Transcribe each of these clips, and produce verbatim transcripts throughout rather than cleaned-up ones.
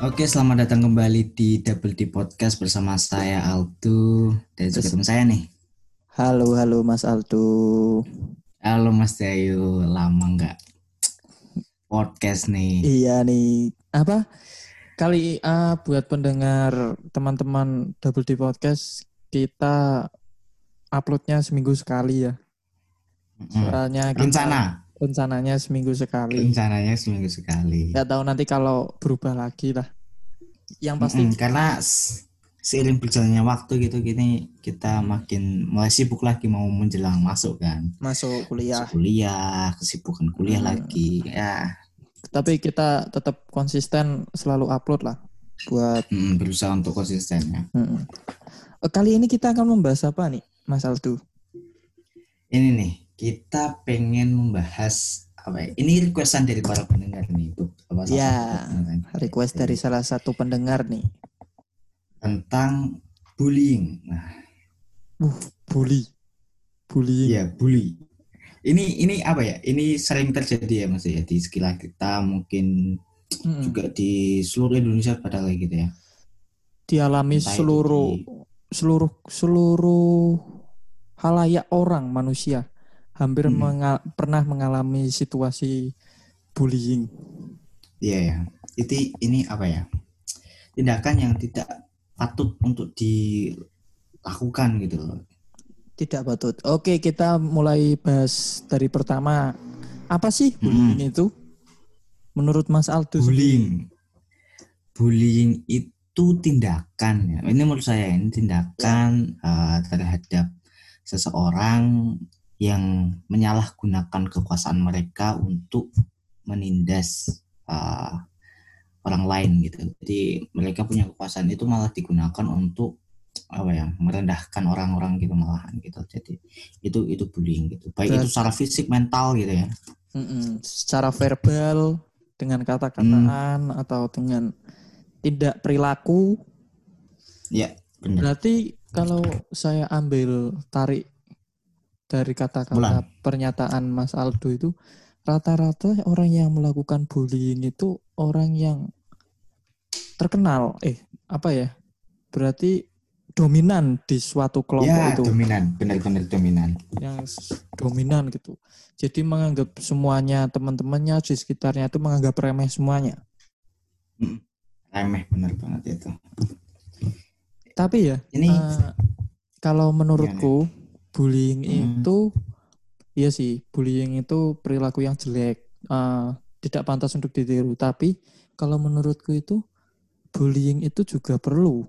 Oke, selamat datang kembali di Double D Podcast bersama saya Altu dan juga Terus, teman saya nih. halo halo Mas Aldo. Halo Mas Dayu, lama nggak podcast nih. Iya nih, apa kali ah, buat pendengar teman-teman Double D Podcast kita uploadnya seminggu sekali ya. Mm. Soalnya kita Rencana, rencananya seminggu sekali. rencananya seminggu sekali. Gak tahu nanti kalau berubah lagi lah. Yang pasti Mm-mm, karena s- seiring berjalannya waktu gitu gini kita hmm, makin mulai sibuk lagi mau menjelang masuk kan, masuk masuk kuliah. kuliah, kesibukan kuliah Hmm, lagi. Ya, tapi kita tetap konsisten selalu upload lah buat mm, berusaha untuk konsisten ya. hmm. Eh, Kali ini kita akan membahas apa nih, Mas Aldo? Ini nih, kita pengen membahas apa ya? Ini requestan dari para pendengar nih, beberapa salah Ya, satu pendengar request dari salah satu pendengar nih. tentang bullying. Nah, Uh, bully, bullying. ya bully. Ini ini apa ya? Ini sering terjadi ya Mas ya di sekitar kita, mungkin Mm-mm. juga di seluruh Indonesia pada lagi gitu ya. Dialami Entah itu di seluruh seluruh seluruh halayak orang manusia hampir hmm, menga- pernah mengalami situasi bullying. iya ya. Itu ini apa ya? Tindakan yang tidak patut untuk dilakukan gitu loh. Tidak patut. Oke, kita mulai bahas dari pertama. Apa sih Mm-mm. bullying itu? Menurut Mas Aldo sendiri. Bullying. Bullying itu tindakan ya. Ini menurut saya ini Ya. tindakan uh, terhadap seseorang yang menyalahgunakan kekuasaan mereka untuk menindas uh, orang lain gitu. Jadi mereka punya kekuasaan itu malah digunakan untuk apa ya merendahkan orang-orang gitu malahan gitu. Jadi itu itu bullying gitu. Baik itu Berat. secara fisik, mental gitu ya. Mm-mm. Secara verbal dengan Hmm, kata-kataan atau dengan tindak perilaku. ya benar. Berarti kalau saya ambil tarik dari kata-kata Mulan. pernyataan Mas Aldo itu, rata-rata orang yang melakukan bullying itu orang yang terkenal. Eh, apa ya? Berarti dominan di suatu kelompok Ya, itu, dominan, benar-benar dominan. yang dominan gitu. Jadi menganggap semuanya teman-temannya di sekitarnya itu menganggap remeh semuanya. Hmm, remeh benar banget itu. Tapi ya, Ini uh, kalau gimana? menurutku bullying Hmm, itu, iya sih, bullying itu perilaku yang jelek, uh, tidak pantas untuk ditiru. Tapi kalau menurutku itu bullying itu juga perlu.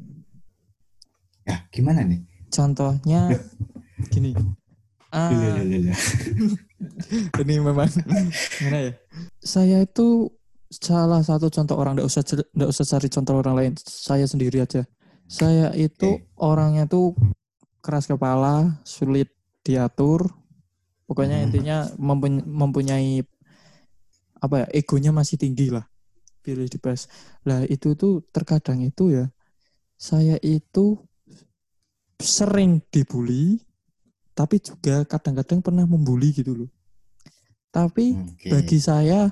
ya gimana nih? Contohnya gini, Lele, ah lele, lele. ini memang gimana ya? Saya itu salah satu contoh orang, tidak usah tidak usah cari contoh orang lain. Saya sendiri aja. Saya itu Oke. orangnya tuh keras kepala, sulit diatur. Pokoknya Hmm, intinya mempunyai apa ya, egonya masih tinggi lah, pilih di best. Lah itu tuh terkadang itu ya, saya itu sering dibully, tapi juga kadang-kadang pernah membuli gitu loh. Tapi oke. bagi saya,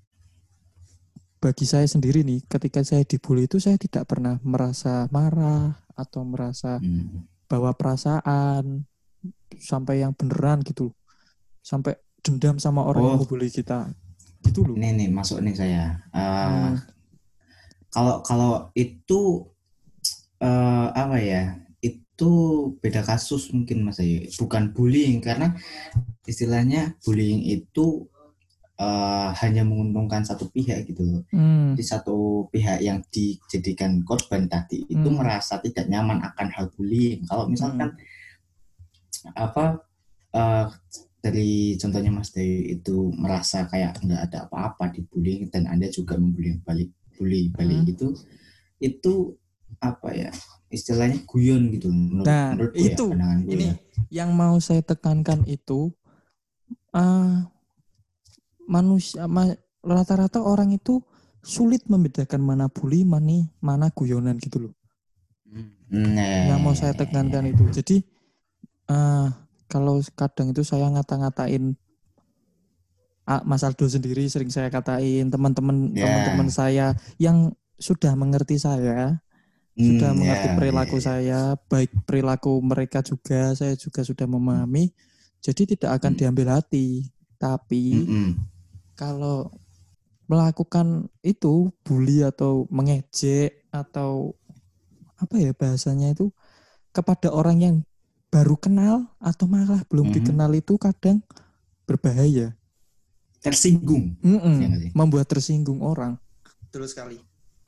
bagi saya sendiri nih, ketika saya dibully itu saya tidak pernah merasa marah atau merasa Hmm. bawa perasaan sampai yang beneran gitu loh. Sampai dendam sama orang yang Oh, membuli kita gitu loh. ini nih masuk nih saya. Eh, Hmm, kalau kalau itu eh, apa ya? Itu beda kasus mungkin Mas Ayu. Bukan bullying karena istilahnya bullying itu eh, hanya menguntungkan satu pihak gitu loh. hmm, Jadi satu pihak yang dijadikan korban tadi itu hmm, merasa tidak nyaman akan hal bullying. Kalau hmm, misalkan apa eh, dari contohnya Mas Dewi itu merasa kayak nggak ada apa-apa di bullying dan Anda juga membuli balik bully hmm. balik itu itu apa ya istilahnya guyon gitu menurut Nah, menurutku ya itu pandanganku ya. ini yang mau saya tekankan itu uh, manusia ma- rata-rata orang itu sulit membedakan mana bully, mana mana guyonan gitu loh. Yang mau saya tekankan Nah, itu. Jadi uh, kalau kadang itu saya ngata-ngatain uh, Mas Aldo sendiri, sering saya katain teman-teman teman-teman ya, saya yang sudah mengerti saya, Hmm, sudah mengerti ya, perilaku ya, ya. saya, baik perilaku mereka juga, saya juga sudah memahami. Jadi tidak akan Hmm. diambil hati. Tapi Mm-mm. kalau melakukan itu bully atau mengejek atau apa ya bahasanya itu kepada orang yang baru kenal atau malah belum Mhm. dikenal itu kadang berbahaya. Tersinggung. Mm-mm, Ya nggak sih? membuat tersinggung orang. Betul sekali.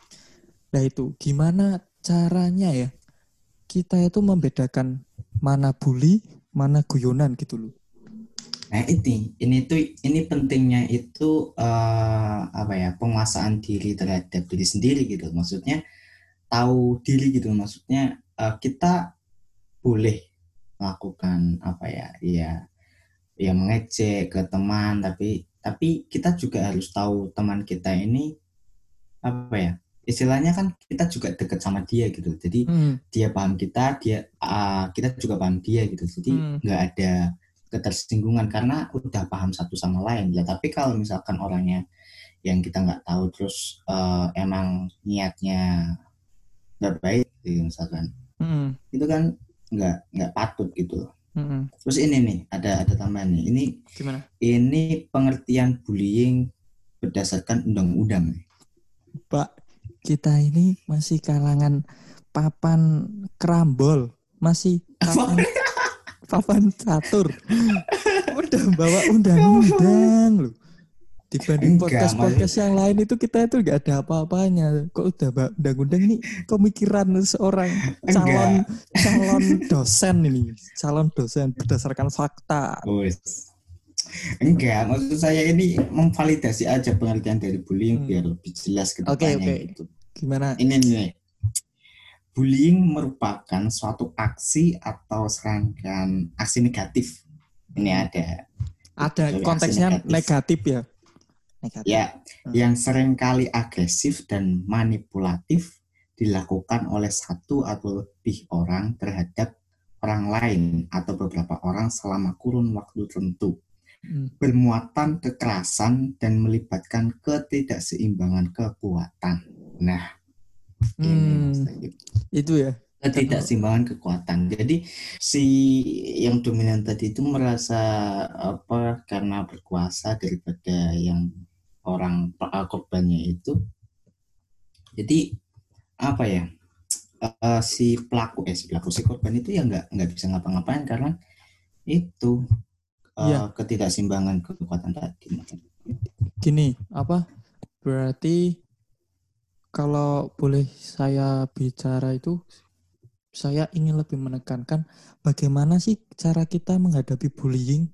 Nah itu gimana caranya ya kita itu membedakan mana bully, mana guyonan gitu loh. Nah ini, ini tuh, ini pentingnya itu eh, apa ya, penguasaan diri terhadap diri sendiri gitu. Maksudnya tahu diri gitu. Maksudnya eh, kita boleh melakukan apa ya, ya, ya mengejek ke teman, tapi tapi kita juga harus tahu teman kita ini apa ya, istilahnya kan kita juga dekat sama dia gitu. Jadi Hmm, dia paham kita, dia uh, kita juga paham dia gitu. Jadi hmm, nggak ada ketersinggungan karena udah paham satu sama lain lah. Tapi kalau misalkan orangnya yang kita nggak tahu terus uh, emang niatnya nggak baik gitu misalkan, hmm, itu kan nggak nggak patut gitu. hmm. Terus ini nih ada ada tambahan nih. Ini Gimana? ini pengertian bullying berdasarkan undang-undang. Pak, kita ini masih kalangan papan kerambol, masih papan papan catur. Udah bawa undang-undang loh. Dibanding Enggak, maksud podcast-podcast yang lain itu kita itu nggak ada apa-apanya. Kok udah bawa undang-undang ini pemikiran seorang calon enggak. calon dosen ini, calon dosen berdasarkan fakta. Wes. Enggak, maksud saya ini memvalidasi aja pengertian dari bullying Hmm. biar lebih jelas ke Oke, depannya oke. gitu. Gimana? Ini nih, bullying merupakan suatu aksi atau serangkaian aksi negatif. Ini Hmm. ada Ada dari aksi konteksnya negatif. negatif ya. Negatif. Ya, Hmm. yang seringkali agresif dan manipulatif dilakukan oleh satu atau lebih orang terhadap orang lain atau beberapa orang selama kurun waktu tertentu. Hmm. Bermuatan kekerasan dan melibatkan ketidakseimbangan kekuatan. Nah, ini Mas Hmm. Tagib. Itu ya. Ketidakseimbangan kekuatan. Jadi si yang dominan tadi itu merasa apa karena berkuasa daripada yang orang korbannya itu. Jadi apa ya? Uh, si pelaku eh si pelaku si korban itu ya nggak nggak bisa ngapa-ngapain karena itu Iya. uh, ketidakseimbangan kekuatan tadi. Gini, apa? Berarti kalau boleh saya bicara itu, saya ingin lebih menekankan bagaimana sih cara kita menghadapi bullying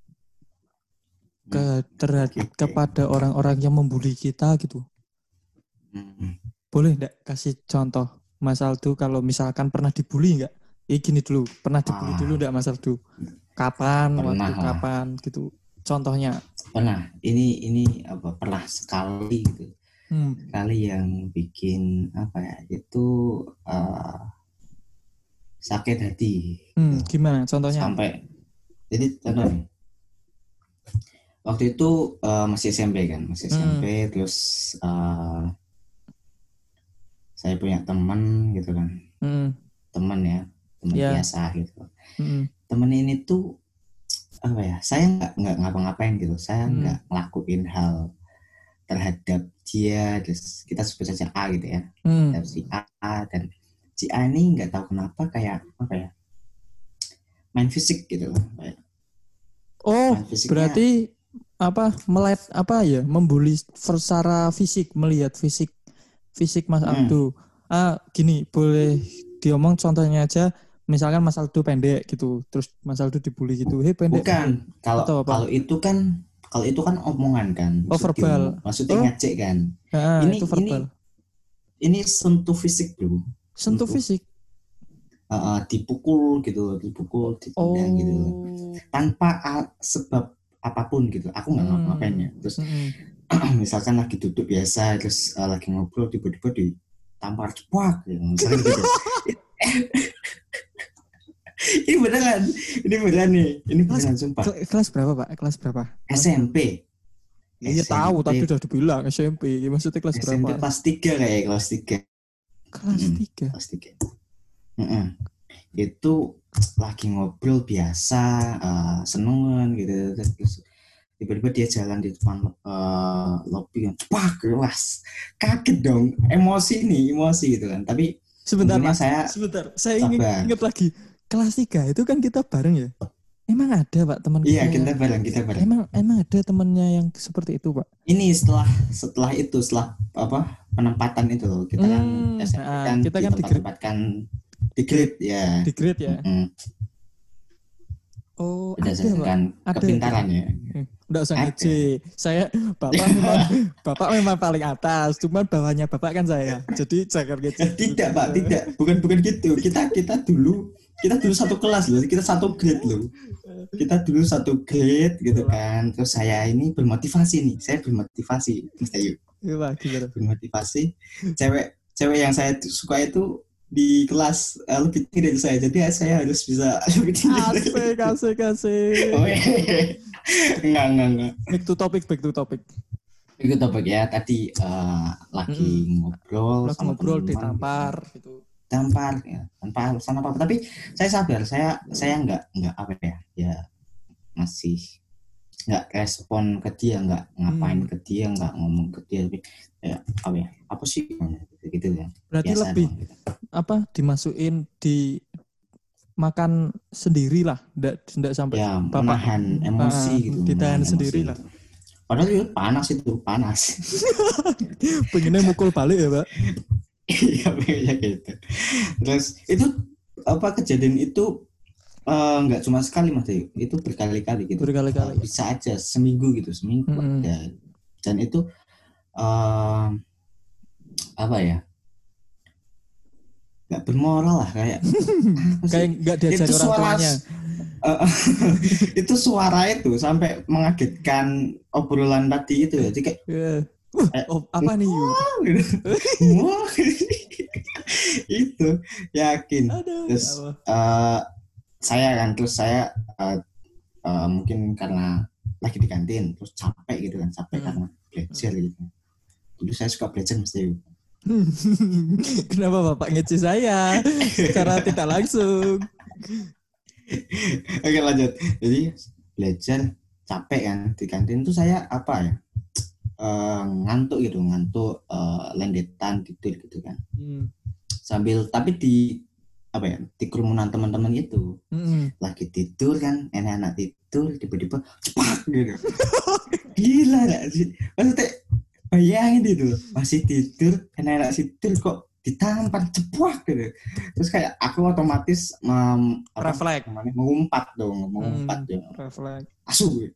ke terhadap Oke, oke. kepada orang-orang yang membuli kita gitu. Hmm. Boleh enggak kasih contoh Mas Aldo kalau misalkan pernah dibully enggak? Eh gini dulu, pernah dibully Ah, dulu enggak Mas Aldo? Kapan, pernah waktu lah. kapan gitu. Contohnya. Pernah. Ini ini apa pernah sekali gitu. Hmm. Sekali yang bikin apa ya? Itu uh, sakit hati. Hmm, Gitu. gimana contohnya? Sampai jadi contoh nih. Waktu itu uh, masih S M P kan, masih S M P Hmm. terus uh, saya punya teman gitu kan. Hmm. Teman ya, teman Ya. biasa gitu. Hmm. Temen ini tuh apa ya? Saya nggak nggak ngapa-ngapain gitu. Saya Hmm. nggak ngelakuin hal terhadap dia. Terus kita sebut saja A gitu ya. Hmm. Terhadap si A dan si A ini nggak tahu kenapa kayak apa ya? Main fisik gitu loh. Kayak Oh, main fisiknya, berarti apa melet apa ya membuli secara fisik, melihat fisik fisik Mas hmm, Aldo. Ah, gini, boleh diomong contohnya aja. Misalkan Mas Aldo pendek gitu, terus Mas Aldo dibully gitu. Hei pendek. bukan. Kalau Atau apa? kalau itu kan kalau itu kan omongan kan, Oh, maksud verbal. diomong, maksudnya Oh, ngajak kan. nah, Ini itu ini verbal. ini sentuh fisik bro. Sentuh fisik. Uh, uh, dipukul gitu, dipukul, ditendang Oh. gitu, tanpa uh, sebab apapun gitu. Aku nggak Hmm. ngapa-ngapainnya. Terus Hmm. misalkan lagi duduk biasa, terus uh, lagi ngobrol, tiba-tiba ditampar cepak, gitu. Misalkan gitu. Ini beneran, ini beneran nih, ini beneran Kelas, sumpah. kelas berapa Pak? Kelas berapa? Kelas S M P, Iya tahu, tadi udah dibilang S M P. Maksudnya kelas S M P berapa? kelas tiga kayak kelas tiga. Kelas Mm-mm, tiga. Kelas tiga. Mm-mm. Itu lagi ngobrol biasa, uh, senengan gitu. Terus tiba-tiba dia jalan di depan uh, lobby kan, wah kelas, kaget dong, emosi nih, emosi gitu kan. Tapi Sebentar untungnya Mas, saya sebentar. Saya ingin sabar. ingat lagi. Kelas tiga itu kan kita bareng ya? Emang ada Pak teman Iya, kita kita yang bareng, kita bareng. emang emang ada temannya yang seperti itu Pak? Ini setelah setelah itu setelah apa penempatan itu loh, kita kan Hmm, S M P nah, kan kita kan di grade, ditempat-tempatkan di grade ya. di grade ya. Mm-mm. Oh, ada Pak. Berdasarkan Ada kepintaran gitu. ya. Enggak usah Ada. ngece. Saya Bapak memang Bapak memang paling atas, cuman bawahnya Bapak kan saya. Jadi jangan ngece. Tidak Pak, tidak, bukan bukan gitu. Kita kita dulu kita dulu satu kelas loh, kita satu grade loh. Kita dulu satu grade gitu kan. Terus saya ini bermotivasi nih, saya bermotivasi, Mas Ayu. Iya Pak, gimana? Bermotivasi. Cewek cewek yang saya suka itu di kelas uh, lebih tinggi dari saya, jadi saya harus bisa lebih tinggi. Asik, asik, asik. Oh, iya. Enggak, enggak, enggak. Back to topic, back to topic. Itu topik ya tadi uh, lagi Mm-mm. ngobrol Lagi sama ngobrol teman-teman ditampar gitu. gitu. Tampar ya, tanpa alasan apa-apa. Tapi saya sabar, saya saya enggak enggak apa ya, ya masih enggak respon ke dia, enggak ngapain Hmm. ke dia, enggak ngomong ke dia, tapi ya apa ya, apa sih gitu, gitu ya. Berarti Biasa lebih doang, gitu. apa dimasukin di makan sendiri lah, enggak enggak sampai Ya Bapak menahan emosi ah, gitu, ditahan menahan sendiri emosi lah. gitu. Padahal itu panas itu panas. Pengennya mukul balik ya Pak. Iya kayak gitu. Terus itu apa kejadian itu eh, nggak cuma sekali Mas Ayu, itu berkali-kali gitu. Berkali-kali. Eh, bisa aja seminggu gitu, seminggu Mm-mm. ada. Dan itu eh, apa ya? Nggak bermoral lah kayak. apa sih? Kayak nggak diajari Itu orang suara tuanya. eh, itu suara itu sampai mengagetkan obrolan tadi itu ya. Jadi kayak Yeah. kayak, Oh, apa nih? wah, gitu. Wah, itu yakin. Aduh, Terus ya Allah. eh, saya kan terus saya eh, eh, mungkin karena lagi di kantin terus capek gitu kan, capek Hmm. karena belajar gitu. Dulu saya suka belajar mesti. Kenapa Bapak ngeci saya secara tidak langsung? Oke lanjut. Jadi belajar capek kan di kantin tuh saya apa ya? Eh, ngantuk gitu, ngantuk eh, lendetan tidur gitu kan. Hmm. Sambil tapi di apa ya? Di kerumunan teman-teman itu. Mm-mm. Lagi tidur kan, enak-enak tidur tiba-tiba cepat gitu. Gila gak sih? Maksudnya bayangin itu masih tidur, enak-enak tidur kok ditampar cepuak gitu. Terus kayak aku otomatis mem, apa, Refleks. namanya, mengumpat dong, mengumpat Hmm. dong. Refleks. Asu gitu.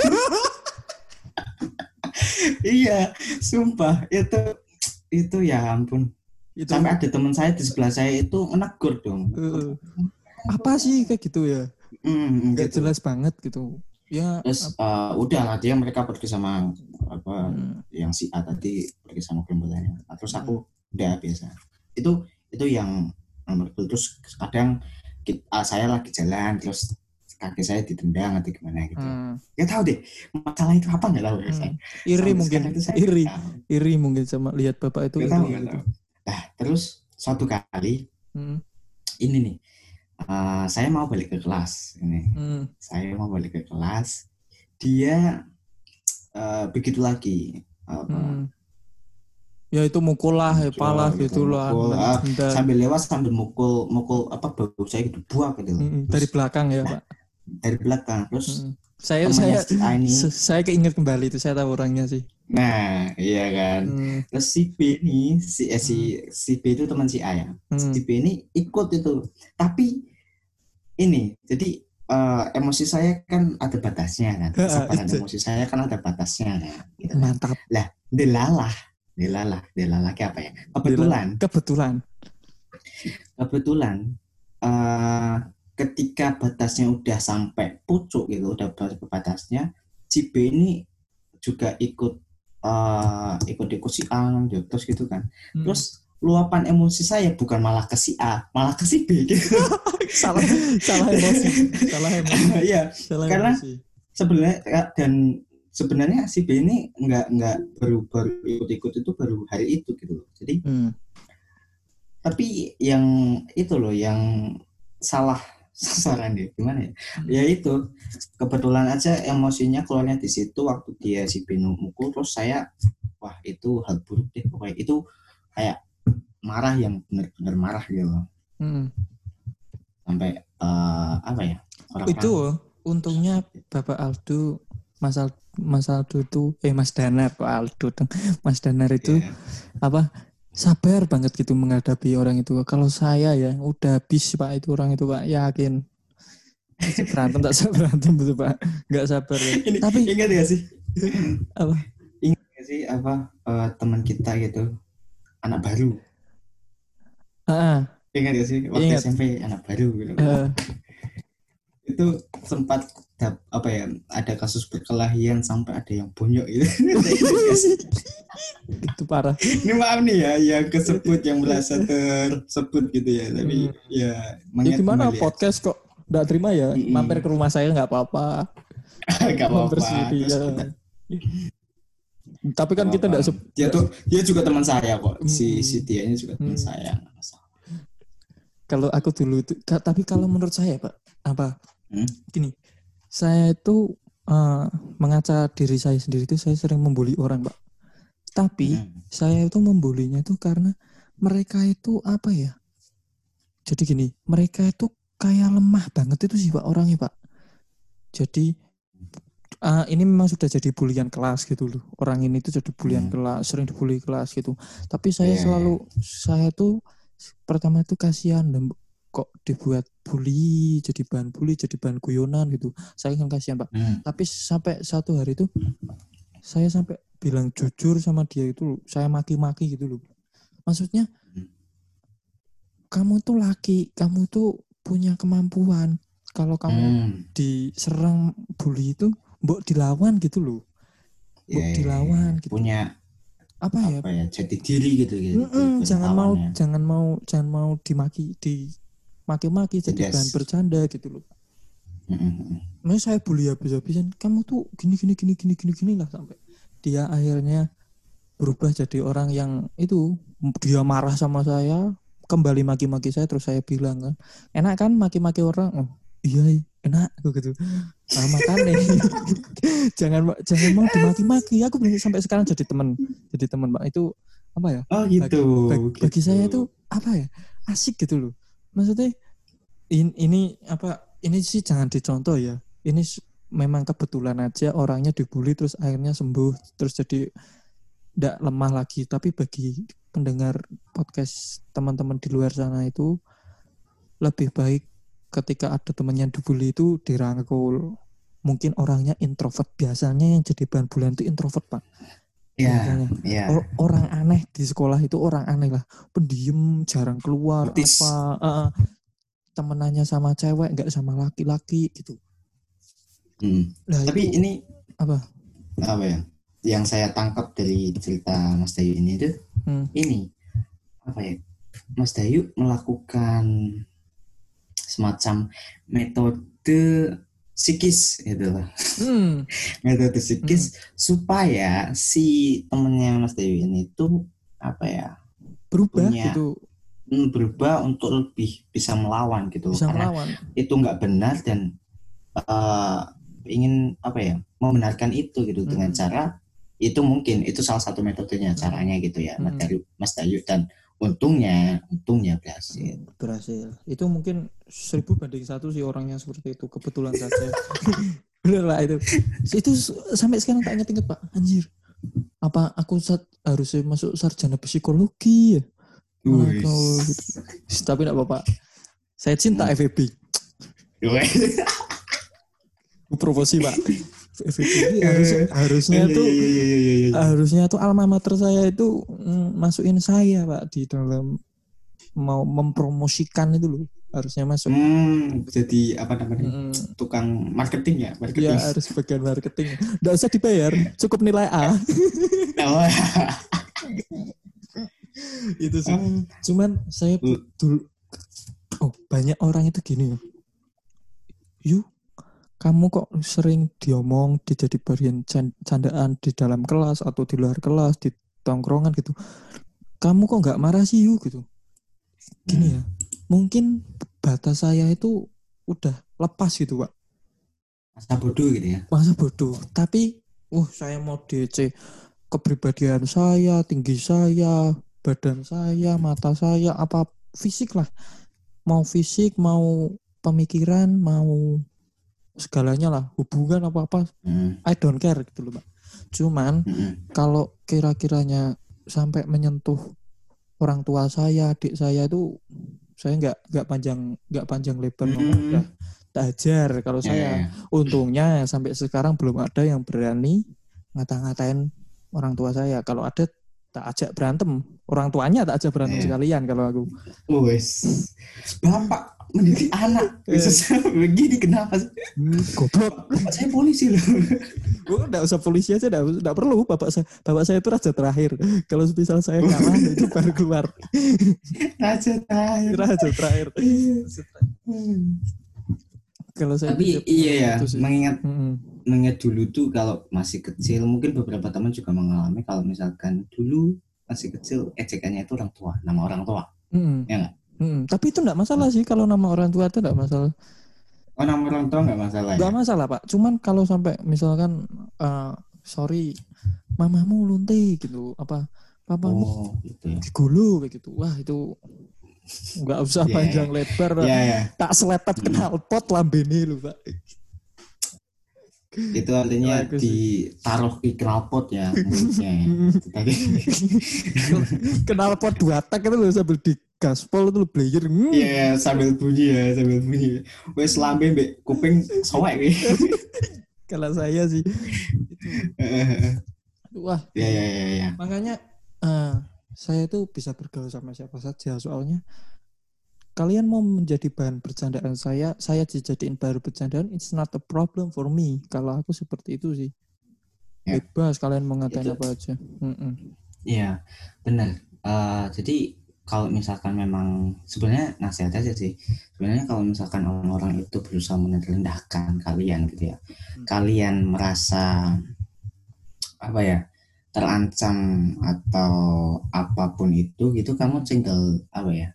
Iya, sumpah itu itu ya ampun. Itu Sampai ada teman saya di sebelah saya itu menegur dong. uh, apa sih kayak gitu ya? Hmm, Gak gitu. jelas banget gitu. Ya. Terus uh, udah lah dia mereka pergi sama apa Hmm. yang si A tadi pergi sama kelompoknya. Nah, terus aku udah biasa. Itu itu yang nomor itu. Terus kadang kita, uh, saya lagi jalan terus kaki saya ditendang atau gimana gitu. Hmm. Ya tahu deh masalah itu apa nggak tahu ya saya. Hmm. Iri Sampai mungkin, sekarang itu saya iri, nggak tahu. iri mungkin sama lihat Bapak itu Nggak iri tahu, nggak gitu. tahu. Nah terus suatu kali Hmm. ini nih uh, saya mau balik ke kelas ini. Hmm. Saya mau balik ke kelas. Dia uh, begitu lagi apa, Hmm. Ya itu mukul lah, muncul, pala gitu, gitu lah. mukul, ah, Dan, sambil lewat sambil mukul mukul apa bau saya gitu buak gitu. hmm, Terus dari belakang ya Pak. dari belakang terus Hmm. Saya temannya saya si A ini, se- saya keinget kembali itu, saya tahu orangnya sih. nah iya kan. Hmm. Terus si B ini si eh, si si B itu teman si A ya. Hmm. Si B ini ikut itu. Tapi ini jadi eh, emosi saya kan ada batasnya kan. Kesabaran Itu. emosi saya kan ada batasnya kan. Gitu kan. Mantap. Lah, delalah, delalah, delalah kayak apa ya? Kebetulan, Kebetulan. kebetulan eh, ketika batasnya udah sampai pucuk gitu, udah ke batasnya, si B ini juga ikut eh, ikut-ikut si A terus gitu kan. Hmm. Terus luapan emosi saya bukan malah ke si A, malah ke si B gitu. salah salah emosi, salah emosi, Iya, salah karena emosi. sebenarnya dan sebenarnya si B ini nggak nggak baru baru ikut-ikut itu baru hari itu gitu loh. Jadi Hmm. tapi yang itu loh yang salah sasaran dia gimana ya? Hmm. Ya itu kebetulan aja emosinya keluarnya di situ waktu dia si B mukul, terus saya wah itu hal buruk deh pokoknya, itu kayak marah yang benar-benar marah gitu loh. Hmm. Sampai uh, apa ya? Orang-orang Itu untungnya Bapak Aldo, Mas Aldo, Mas Aldo itu eh Mas Danar kok Aldo dong. Mas Danar itu yeah. apa sabar banget gitu menghadapi orang itu. Kalau saya ya udah habis Pak itu orang itu Pak, yakin. Berantem tak sabar berantem betul Pak. Enggak sabar ya. Ini Tapi ingat gak sih? apa? Ingat gak sih apa uh, teman kita gitu anak baru? Heeh. Ingat gak sih waktu Ingat. S M P anak baru gitu. Uh, itu sempat apa ya ada kasus perkelahian sampai ada yang bonyok gitu. Itu parah. Ini maaf nih ya yang kesebut yang merasa tersebut gitu ya, tapi hmm. ya ya gimana podcast kok nggak terima ya, mm-mm. mampir ke rumah saya nggak apa-apa. Nggak apa-apa. Ya. Tapi kan kita nggak se- dia tuh dia juga teman saya kok, mm-mm. si si dia ini juga teman mm. saya. Kalau aku dulu itu, tapi kalau menurut saya Pak, apa hmm? gini, saya itu uh, mengaca diri saya sendiri itu saya sering membuli orang Pak. Tapi hmm. saya itu membulinya itu karena mereka itu apa ya? Jadi gini, mereka itu kayak lemah banget itu sih Pak orangnya Pak. Jadi uh, ini memang sudah jadi bulian kelas gitu loh. Orang ini tuh jadi bulian hmm. kelas, sering dibully kelas gitu. Tapi saya yeah, selalu yeah. saya tuh pertama itu kasihan kok dibuat bully, jadi bahan bully, jadi bahan guyonan gitu. Saya kan kasihan Pak. Hmm. Tapi sampai satu hari itu saya sampai bilang jujur sama dia itu, saya maki-maki gitu loh. Maksudnya hmm. kamu tuh laki, kamu tuh punya kemampuan. Kalau kamu hmm. diserang bully itu, mbok dilawan gitu loh. Mbok yeah, dilawan gitu. Punya apa ya? Apa ya? Jati diri gitu gitu. Jangan mau ya. jangan mau jangan mau dimaki di maki-maki jadi bahan bercanda gitu loh. Mm-hmm. Nah saya bully habis-habisan, kamu tuh gini gini gini gini gini gini lah sampai dia akhirnya berubah jadi orang yang itu, dia marah sama saya, kembali maki-maki saya, terus saya bilang kan, enak kan maki-maki orang? Oh iya enak gitu. Nah, makanya jangan jangan mau dimaki-maki. Aku sampai sekarang jadi teman, jadi teman Pak itu apa ya? Oh gitu. Bagi, bagi, gitu. bagi saya itu apa ya? Asik gitu loh. Maksudnya ini, ini apa? Ini sih jangan dicontoh ya. Ini memang kebetulan aja orangnya dibully terus akhirnya sembuh terus jadi tidak lemah lagi. Tapi bagi pendengar podcast teman-teman di luar sana itu lebih baik ketika ada temannya dibully itu dirangkul. Mungkin orangnya introvert, biasanya yang jadi bahan bulian itu introvert Pak. Iya. Yeah, Or- orang aneh di sekolah itu orang aneh lah, pendiam, jarang keluar, Betis. apa, uh, temenannya sama cewek, nggak sama laki-laki gitu. Hmm. Nah, tapi itu, ini apa? Apa ya? Yang saya tangkap dari cerita Mas Dayu ini tuh, hmm. ini apa ya? Mas Dayu melakukan semacam metode psikis gitu loh. Hmm. Metode psikis hmm. supaya si temennya Mas Dayu ini tuh apa ya? Berubah punya, gitu. Berubah untuk lebih bisa melawan gitu. Bisa Karena melawan. itu nggak benar dan uh, ingin apa ya? Membenarkan itu gitu hmm. dengan cara itu, mungkin itu salah satu metodenya, caranya gitu ya, hmm. Mas Dayu, Mas Dayu dan untungnya, untungnya berhasil. Berhasil. Itu mungkin seribu banding satu sih orangnya seperti itu, kebetulan saja. Bener lah itu. Itu sampai sekarang tak inget-inget Pak. Anjir. Apa aku saat harusnya masuk sarjana psikologi ya? Gitu. Tapi enggak apa-apa. Saya cinta hmm. F E B. Promosi Pak. F E B ini harusnya harusnya tuh harusnya tuh alma mater saya itu mm, masukin saya Pak di dalam mau mempromosikan itu loh, harusnya masuk. Hmm, jadi apa namanya? Mm. Tukang marketing ya, marketing. Ya harus bagian marketing. Nggak usah dibayar, cukup nilai A. Itu sih. Um, Cuman saya dulu, oh banyak orang itu gini. Yuk, kamu kok sering diomong, dijadi bagian candaan di dalam kelas atau di luar kelas, di tongkrongan gitu. Kamu kok nggak marah sih yuk gitu. Gini ya, mungkin batas saya itu udah lepas gitu Pak. Masa bodoh gitu ya. Masa bodoh. Tapi, uh saya mau D C kepribadian saya, tinggi saya, badan saya, mata saya, apa fisik lah. Mau fisik, mau pemikiran, mau segalanya lah, hubungan apa-apa, Hmm. I don't care gitu loh Pak. Cuman Hmm. kalau kira-kiranya sampai menyentuh orang tua saya, adik saya itu saya nggak nggak panjang nggak panjang lebar ngomong Hmm. udah tak ajar kalau Ya, saya. ya, ya. Untungnya sampai sekarang belum ada yang berani ngata-ngatain orang tua saya. Kalau ada tak ajak berantem. Orang tuanya tak ajak berantem Ya. sekalian kalau aku. Wes, bapak mendidik anak bisa begini kenapa sih? Hmm, goblok. Bapak saya polisi loh. Gue enggak usah polisi aja, enggak, enggak perlu. Bapak saya, bapak saya itu raja terakhir. Kalau misal saya kalah itu baru keluar. Raja terakhir. Raja terakhir. Hmm. Kalau saya Tapi iya ya, mengingat mm-hmm. mengingat dulu tuh kalau masih kecil, mungkin beberapa teman juga mengalami kalau misalkan dulu masih kecil ejekannya itu orang tua, nama orang tua. Mm-hmm. Ya enggak? Mm-hmm. Tapi itu enggak masalah sih kalau nama orang tua itu enggak masalah. Oh, nama orang tua enggak masalah ya? Enggak masalah, Pak. Cuman kalau sampai misalkan uh, sorry, mamamu lunte gitu, apa papamu oh, gitu ya. digolo kayak gitu. Wah, itu enggak usah yeah, panjang yeah. lebar. Yeah, yeah. Tak seletet hmm. knalpot lambene lho, Pak. Itu artinya ditaruh di knalpot ya mulutnya ya. Knalpot dua tak itu loh sambil di gaspol itu player. Iya, hmm. yeah, sambil bunyi ya, sambil bunyi. Wes lambe mbek kuping sowek iki. Kalau saya sih itu. Wah. Iya, iya, iya, iya. Makanya uh, saya itu bisa bergaul sama siapa saja soalnya kalian mau menjadi bahan bercandaan saya, saya dijadiin bahan bercandaan, it's not a problem for me. Kalau aku seperti itu sih. Ya. Bebas kalian mau ngatain apa aja. Iya, benar. Uh, jadi kalau misalkan memang sebenarnya nasihat aja sih. Sebenarnya kalau misalkan orang-orang itu berusaha merendahkan kalian gitu ya. Hmm. Kalian merasa apa ya? Terancam atau apapun itu gitu, kamu tinggal apa ya?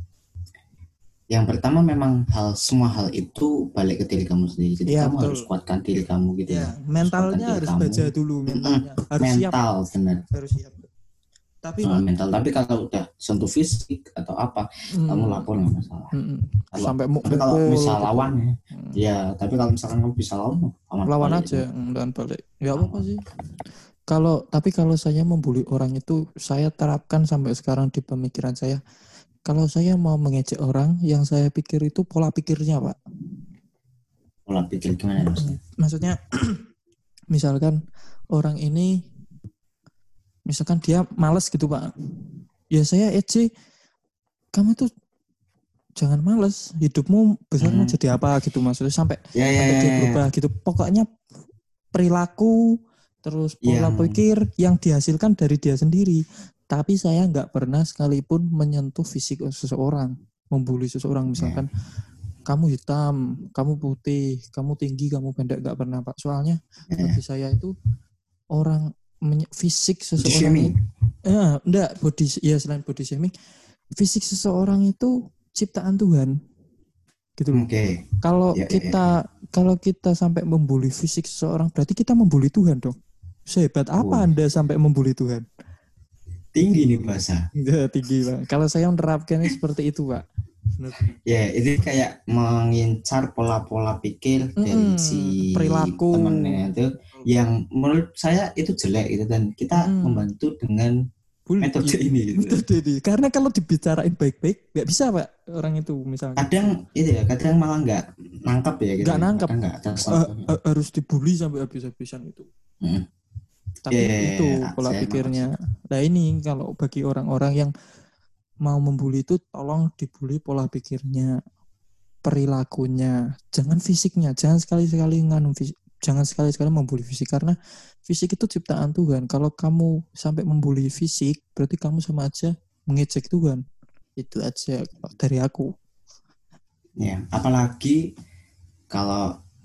Yang pertama memang hal semua hal itu balik ke diri kamu sendiri. Jadi ya, kamu betul. harus kuatkan diri kamu gitu ya. ya. Mentalnya harus baja dulu mentalnya. Mm-hmm. Harus mental siap. benar. Harus siap. Tapi nah, mental. Tapi kalau udah sentuh fisik atau apa, mm. kamu lapor nggak masalah. Mm. Kalau, sampai tapi kalau misal gitu. lawan ya, mm. ya. Tapi kalau misalkan kamu bisa lawan, lawan aja gitu. Dan balik. Ya apa sih? Kalau tapi kalau saya membuli orang itu, saya terapkan sampai sekarang di pemikiran saya. Kalau saya mau mengejek orang, yang saya pikir itu pola pikirnya, Pak. Pola pikir gimana maksudnya? Maksudnya, misalkan orang ini, misalkan dia malas gitu, Pak. Ya saya ejek, kamu tuh jangan malas, hidupmu besar hmm. mau jadi apa gitu maksudnya sampai ya, ya, sampai ya, dia ya. berubah gitu. Pokoknya perilaku terus pola yang... pikir yang dihasilkan dari dia sendiri. Tapi saya nggak pernah sekalipun menyentuh fisik seseorang, membuli seseorang misalkan yeah. kamu hitam, kamu putih, kamu tinggi, kamu pendek, nggak pernah Pak. Soalnya yeah. bagi saya itu orang menye- fisik seseorang, ya enggak body ya selain body shaming, fisik seseorang itu ciptaan Tuhan, gitu loh. Okay. Kalau yeah, kita yeah, yeah. kalau kita sampai membuli fisik seseorang, berarti kita membuli Tuhan dong. Sehebat apa oh. Anda sampai membuli Tuhan? Tinggi nih bahasa. Ya, tinggi Pak. Kalau saya menerapkannya seperti itu Pak. Benar. Ya itu kayak mengincar pola-pola pikir mm, dari si perilaku temannya itu yang menurut saya itu jelek gitu dan kita mm. membantu dengan Bul- metode ini. Gitu. Metode ini. Karena kalau dibicarain baik-baik nggak bisa Pak orang itu misalnya. Kadang itu ya kadang malah nggak nangkap ya. Gitu. Nggak nangkap. Gak uh, uh, harus dibully sampai habis-habisan itu. Mm. Tapi yeah, itu pola pikirnya. Nah ini kalau bagi orang-orang yang mau membuli itu tolong dibully pola pikirnya, perilakunya, jangan fisiknya, jangan sekali-sekali nganu fisik, jangan sekali-sekali membuli fisik karena fisik itu ciptaan Tuhan. Kalau kamu sampai membuli fisik, berarti kamu sama aja mengejek Tuhan. Itu aja dari aku. Ya, apalagi kalau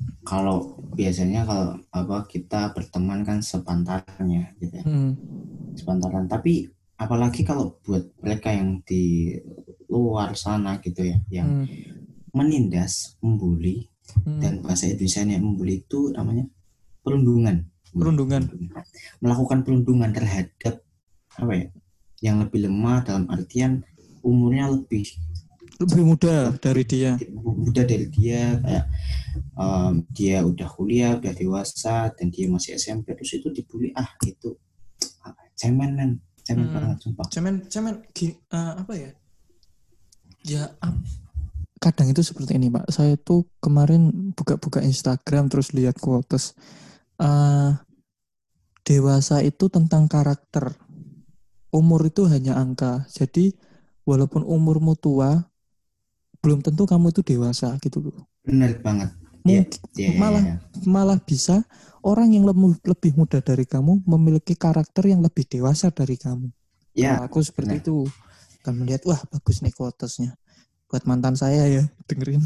kalau biasanya kalau apa kita berteman kan sepantarannya gitu ya, Hmm. sepantaran. Tapi apalagi kalau buat mereka yang di luar sana gitu ya, yang Hmm. menindas, membuli, Hmm. dan bahasa Indonesia membuli itu namanya perundungan. Wih, Perundungan. perundungan. Melakukan perundungan terhadap apa ya, yang lebih lemah dalam artian umurnya lebih Lebih muda dari lebih dia. muda dari dia, kayak um, dia udah kuliah, udah dewasa, dan dia masih S M P, terus itu dibully, ah itu ah, cemen men, cemen Hmm. banget sumpah. Cemen, cemen, gi- eh, apa ya? Ya, ap- kadang itu seperti ini, Pak. Saya tuh kemarin buka-buka Instagram terus lihat quotes. Eh, dewasa itu tentang karakter. Umur itu hanya angka. Jadi, walaupun umurmu tua, belum tentu kamu itu dewasa gitu loh. Bener banget. Ya, Mungkin ya, ya, malah ya. malah bisa orang yang lebih, lebih muda dari kamu memiliki karakter yang lebih dewasa dari kamu. Kalau Ya, aku seperti benar. itu, kan melihat wah bagus nih quotesnya. Buat mantan saya ya, dengerin.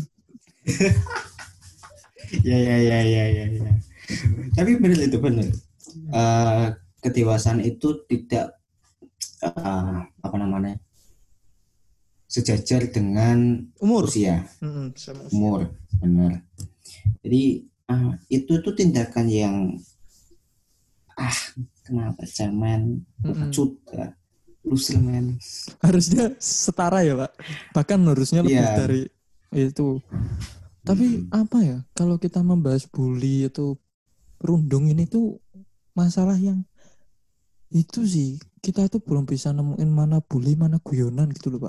Ya, ya, ya, ya, ya, ya. Tapi benar itu benar. Uh, kedewasaan itu tidak uh, apa namanya, sejajar dengan Umur. usia, Mm-mm, sama usia. umur, benar. Jadi uh, itu tuh tindakan yang ah kenapa cemen, Mm-mm. pengecut ya, loser men. Harusnya setara ya Pak. Bahkan harusnya lebih Iya. dari itu. Tapi Mm-mm. apa ya, kalau kita membahas bully atau perundung ini tuh masalah yang itu sih. Kita tuh belum bisa nemuin mana bully, mana guyonan gitu loh Pak.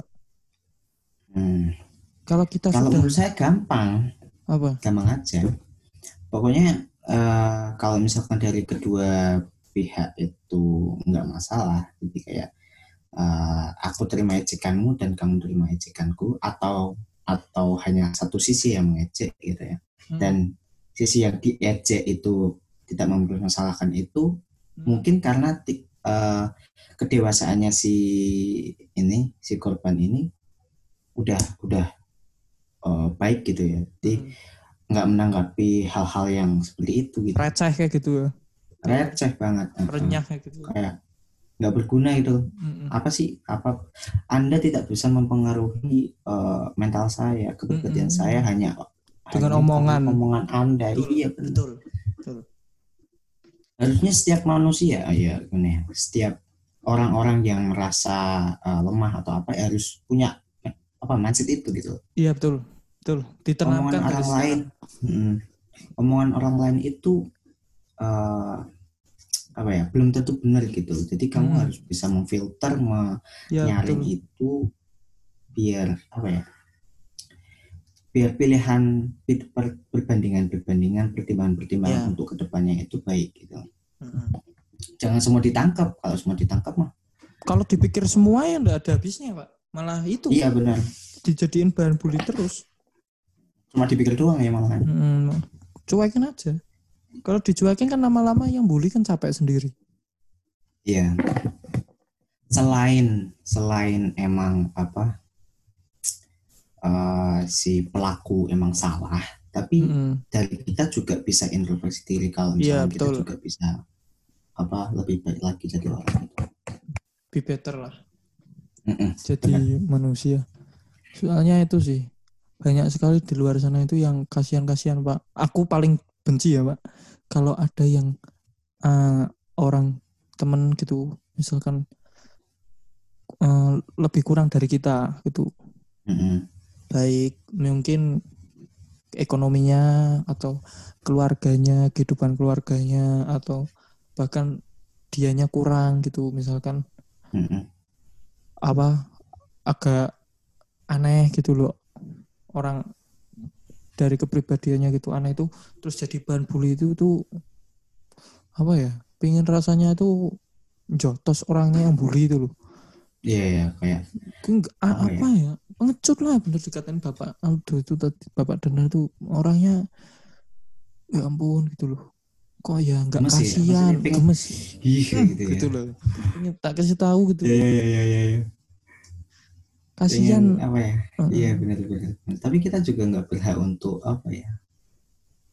Hmm. Kalau kita Kalau sudah menurut saya gampang, apa? gampang aja. Pokoknya eh, kalau misalkan dari kedua pihak itu nggak masalah, jadi kayak eh, aku terima ejekanmu dan kamu terima ejekanku, atau atau hanya satu sisi yang mengejek gitu ya, Hmm. dan sisi yang diejek itu tidak mempermasalahkan itu, Hmm. mungkin karena eh, kedewasaannya si ini si korban ini udah udah eh, baik gitu ya, jadi Hmm. nggak menanggapi hal-hal yang seperti itu gitu, Receh kayak gitu ya. Kayak receh banget. Uh-uh. renyah kayak gitu. Kayak nggak berguna itu, Mm-mm. apa sih, apa Anda tidak bisa mempengaruhi uh, mental saya, kepribadian saya, Mm-mm. hanya Dengan hanya karena omongan. omongan Anda. Betul, Iya benar, betul, betul. harusnya setiap manusia ya ini, setiap orang-orang yang merasa uh, lemah atau apa ya, harus punya apa mindset itu gitu. Iya betul, betul. Omongan Ditanamkan dari orang lain, sekarang. hmm, omongan orang lain itu uh, apa ya, belum tentu benar gitu, jadi kamu Mm-mm. harus bisa memfilter, Ya menyaring betul. itu, biar apa ya, biar pilihan perbandingan perbandingan pertimbangan pertimbangan Ya. untuk kedepannya itu baik gitu. Mm-mm. Jangan semua ditangkap, kalau semua ditangkap mah Kalau dipikir semua ya enggak ada habisnya Pak. Malah itu iya benar, dijadiin bahan bully terus. cuma dipikir doang ya malahan. Mm-mm. Cuekin aja. Kalau dicuekin kan lama-lama yang bully kan capek sendiri. Iya, selain selain emang apa, uh, si pelaku emang salah, tapi Mm-mm. dari kita juga bisa introspeksi diri, kalau Iya misalkan kita betul. juga bisa apa, lebih baik lagi jadi orang itu. Be better lah. Mm-mm, benar. Jadi manusia. Soalnya itu sih banyak sekali di luar sana itu yang kasihan-kasihan Pak. Aku paling benci ya Pak. Kalau ada yang uh, orang temen gitu, misalkan uh, lebih kurang dari kita gitu, Mm-mm. baik mungkin ekonominya atau keluarganya, kehidupan keluarganya atau bahkan dianya kurang gitu, misalkan Mm-mm. apa agak aneh gitu loh orang dari kepribadiannya gitu aneh itu terus jadi bahan bully itu tuh apa ya, pingin rasanya itu jotos orangnya yang bully itu loh. Iya ya, kayak Gue apa ya, apa ya, pengecut lah bener dikatain Bapak Aldo itu tadi, Bapak Dana itu orangnya ya ampun gitu loh, kok ya nggak gemes ya, kasihan maksudnya pengen gemes. ih Hmm, gitu ya. gitu loh, pengen tak kasih tahu gitu, Ya ya ya ya ya, ya. Pengen kasihan. apa ya, iya Uh-uh. benar benar, tapi kita juga nggak berhak untuk apa ya,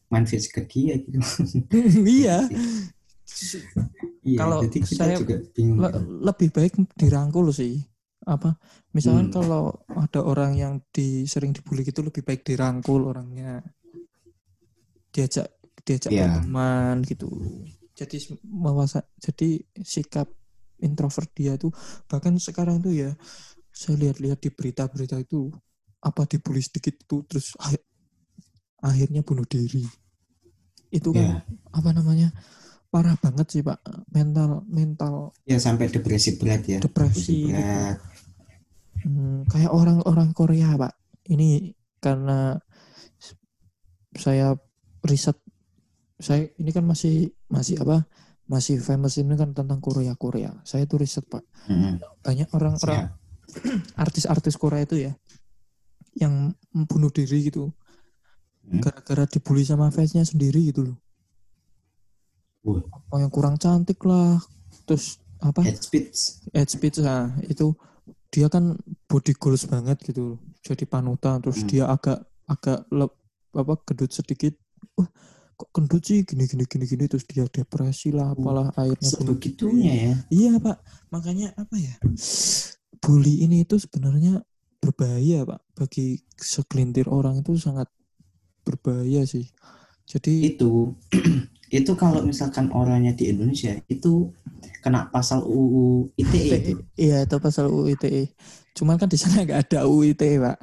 manfaat ke dia gitu. Iya. Iya, Kalau jadi kita saya juga bingung. le- Gitu. lebih baik dirangkul sih. Apa? Misalkan Hmm. kalau ada orang yang di sering dibully gitu lebih baik dirangkul orangnya. Diajak diajak Iya. berteman gitu. Jadi mewasa, jadi sikap introvert dia tuh bahkan sekarang tuh ya saya lihat-lihat di berita-berita itu apa dibully sedikit itu terus ah- akhirnya bunuh diri. Itu kan Ya, apa namanya? Parah banget sih, Pak. Mental mental ya sampai depresi berat ya, depresi depresi gitu. berat. Hmm, kayak orang-orang Korea, Pak. Ini karena saya riset, saya ini kan masih masih apa? Masih famous ini kan tentang Korea Korea. Saya tuh riset, Pak. Mm-mm. Banyak orang-orang Siap. artis-artis Korea itu ya yang membunuh diri gitu Hmm. gara-gara dibully sama fansnya sendiri gitu loh. Wah, Apa yang kurang cantik lah, terus apa? head speech. Head speech lah itu dia kan body goals banget gitu loh. Jadi panutan terus Hmm. dia agak agak lep, apa gendut sedikit. Wah, kok gendut sih gini gini gini gini terus dia depresi lah apalah akhirnya bunuh Sebegitunya diri. ya. Iya, Pak. Makanya apa ya? Bully ini itu sebenarnya berbahaya, Pak. Bagi segelintir orang itu sangat berbahaya sih. Jadi Itu itu kalau misalkan orangnya di Indonesia itu kena pasal U U I T E itu. iya itu pasal U U I T E. Cuman kan di sana nggak ada U U I T E, Pak.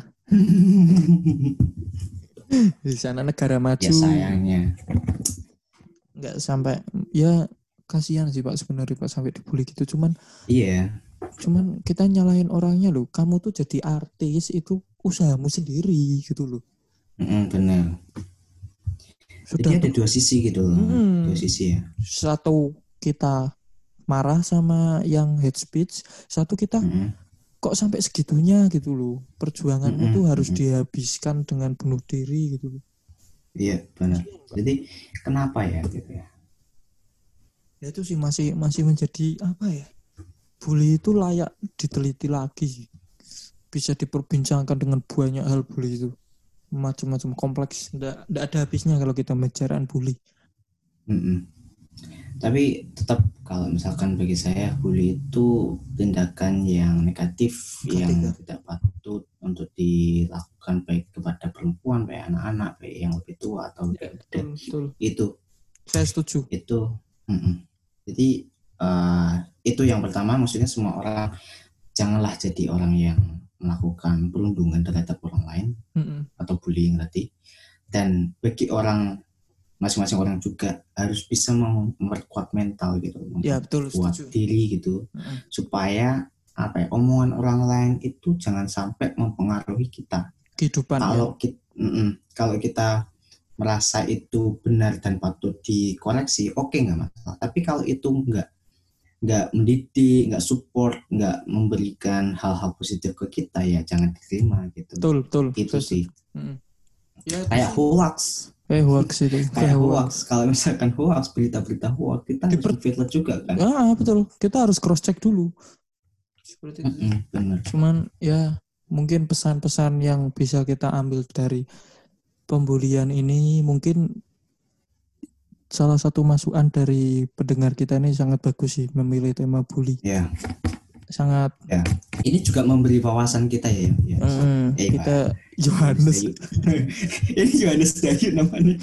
Di sana negara Ya maju. sayangnya. Nggak sampai ya kasihan sih Pak sebenarnya Pak sampai dibully gitu. Cuman Iya. cuman kita nyalahin orangnya loh. Kamu tuh jadi artis itu usahamu sendiri gitu loh. Mm-mm, benar. Jadi Sudah ada tuh. dua sisi gitu loh. Hmm, Dua sisi ya. satu kita marah sama yang hate speech, satu kita Mm-mm. kok sampai segitunya gitu loh. Perjuanganmu Mm-mm, tuh harus mm-mm. dihabiskan dengan bunuh diri gitu loh. Iya benar. Kasihan, Pak. Jadi kenapa ya gitu ya? Ya itu sih masih masih menjadi apa ya? Bully itu layak diteliti lagi sih. Bisa diperbincangkan dengan banyak hal bully itu. Macam-macam kompleks. Nggak, nggak ada habisnya kalau kita bicaraan bully. Mm-mm. Tapi tetap kalau misalkan bagi saya bully itu tindakan yang negatif, Negatif, yang ya. tidak patut untuk dilakukan baik kepada perempuan, baik anak-anak, baik yang lebih tua atau Ya, lebih muda. betul, betul. Itu Saya setuju. itu mm-mm. Jadi uh, itu yang pertama, maksudnya semua orang janganlah jadi orang yang melakukan perundungan terhadap orang lain Mm-mm. atau bullying tadi. Dan bagi orang masing-masing orang juga harus bisa memperkuat mental gitu, Ya, betul, memperkuat setuju. diri gitu, Mm-mm. supaya apa ya, omongan orang lain itu jangan sampai mempengaruhi kita. Kehidupan Kalau ya. kita, kalau kita merasa itu benar dan patut dikoreksi, oke okay, nggak masalah. Tapi kalau itu nggak nggak mendidik, nggak support, nggak memberikan hal-hal positif ke kita, ya jangan diterima gitu. Betul, betul. Itu sih. Mm-mm. Ya, Kayak hoax. Eh, hoax itu. Kayak hoax. Kalau misalkan hoax, berita-berita hoax, kita harus Diper- filter juga kan. Ah, betul. Kita harus cross check dulu. Seperti itu. Mm-mm, benar. Cuman ya mungkin pesan-pesan yang bisa kita ambil dari pembulian ini mungkin salah satu masukan dari pendengar kita ini sangat bagus sih memilih tema bully. Ya. Sangat. Ya. Ini juga memberi wawasan kita ya. ya. Mm, eh, kita Yohanes. Ini Yohanes Dayu namanya.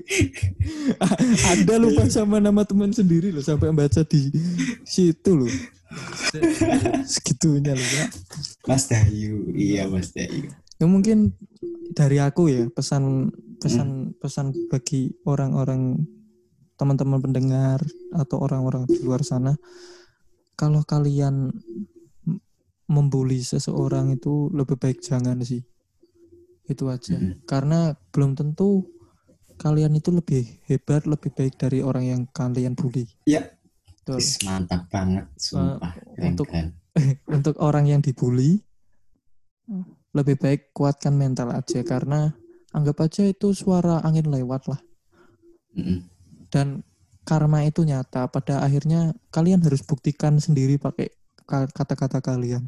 Ada lupa sama nama teman sendiri loh sampai baca di situ loh. Segitunya loh ya. Mas Dayu, iya Mas Dayu. Ya mungkin dari aku ya pesan pesan hmm. pesan bagi orang-orang teman-teman pendengar atau orang-orang di luar sana, kalau kalian membuli seseorang itu lebih baik jangan sih, itu aja. Hmm. Karena belum tentu kalian itu lebih hebat, lebih baik dari orang yang kalian bully. Ya. Is, mantap banget, sumpah. Uh, untuk untuk orang yang dibully lebih baik kuatkan mental aja, karena anggap aja itu suara angin lewat lah. Mm-hmm. Dan karma itu nyata. Pada akhirnya kalian harus buktikan sendiri pakai kata-kata kalian.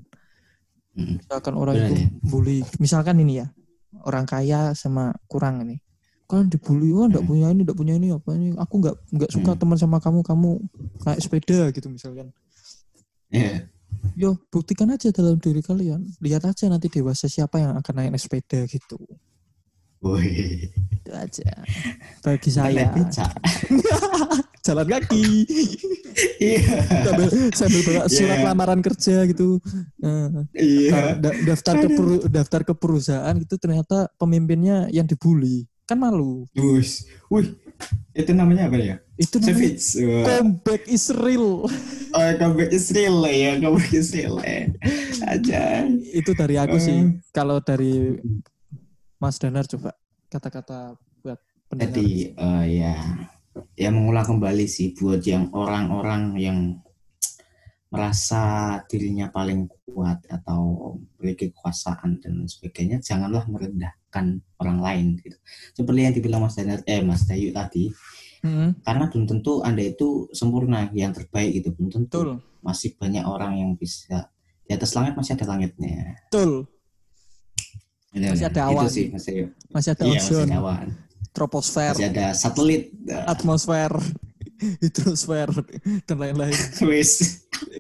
Mm-hmm. Misalkan orang Benar, itu ya? bully, misalkan ini ya, orang kaya sama kurang ini. kalian dibully, wah enggak Hmm. punya ini, enggak punya ini apa ini. Aku enggak enggak suka Hmm. teman sama kamu, kamu naik sepeda gitu misalkan. Ya. Yo, buktikan aja dalam diri kalian. Lihat aja nanti dewasa siapa yang akan naik sepeda gitu. Woi. Itu aja. Bagi Bukan naik saya. beca. Jalan kaki. Iya. sambil sambil bawa surat Iya. lamaran kerja gitu. Eh, daftar Iya. da- daftar ke Aduh. peru- daftar ke perusahaan gitu ternyata pemimpinnya yang dibully. Kan malu. Wih. Wih. Itu namanya apa ya? Itu namanya Savage. Wah. comeback is real. Oh, comeback is real ya. Comeback is real ya. Aja. Itu dari aku sih. Eh. Kalau dari Mas Danar coba kata-kata buat pendengar. Jadi eh, ya ya mengulang kembali sih buat yang orang-orang yang merasa dirinya paling kuat atau memiliki kekuasaan dan sebagainya, janganlah merendahkan orang lain gitu. Seperti yang dibilang Mas Danar, eh Mas Dayu tadi, Mm-hmm. karena belum tentu Anda itu sempurna, yang terbaik itu belum tentu. Betul. Masih banyak orang yang bisa di atas langit, masih ada langitnya. Betul. Benar, Masih ada itu awan. sih Mas Dayu. Masih ada Iya, masih ozon, ada awan. troposfer, Masih ada satelit. atmosfer, hidrosfer dan lain-lain. Wis.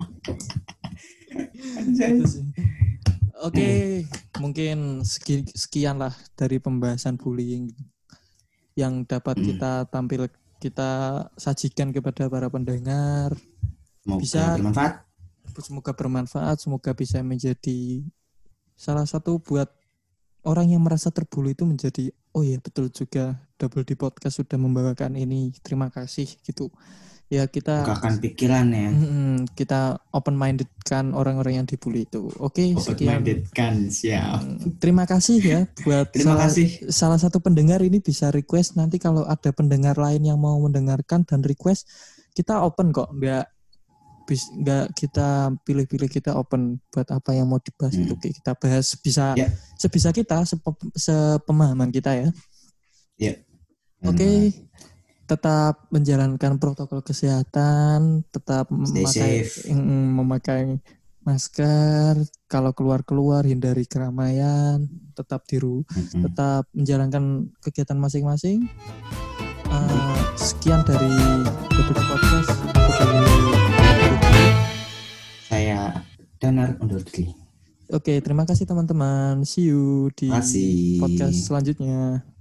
Itu sih. Oke, mungkin segi- sekian lah dari pembahasan bullying yang dapat Hmm. kita tampil kita sajikan kepada para pendengar. Semoga Bisa- bermanfaat. Semoga bermanfaat, semoga bisa menjadi salah satu buat orang yang merasa terbully itu menjadi, oh iya betul juga Double D Podcast sudah membawakan ini, terima kasih gitu. Ya kita Bukakan pikiran ya. mm, kita open minded kan orang-orang yang dibully itu. Oke, Open sekian. minded kan, siap. Mm, Terima kasih ya buat Terima salah, kasih. salah satu pendengar ini bisa request, nanti kalau ada pendengar lain yang mau mendengarkan dan request, kita open kok, nggak bis- nggak kita pilih-pilih, kita open buat apa yang mau dibahas Hmm. itu Oke, kita bahas bisa Ya. sebisa kita, sepe- sepemahaman kita ya. Ya. Oke, tetap menjalankan protokol kesehatan, tetap Stay memakai safe. mm, memakai masker, kalau keluar-keluar hindari keramaian, tetap di ru, Mm-mm. tetap menjalankan kegiatan masing-masing. Uh, sekian dari Double Podcast. Saya Danar undur diri. Oke, terima kasih teman-teman. See you di Terima kasih. podcast selanjutnya.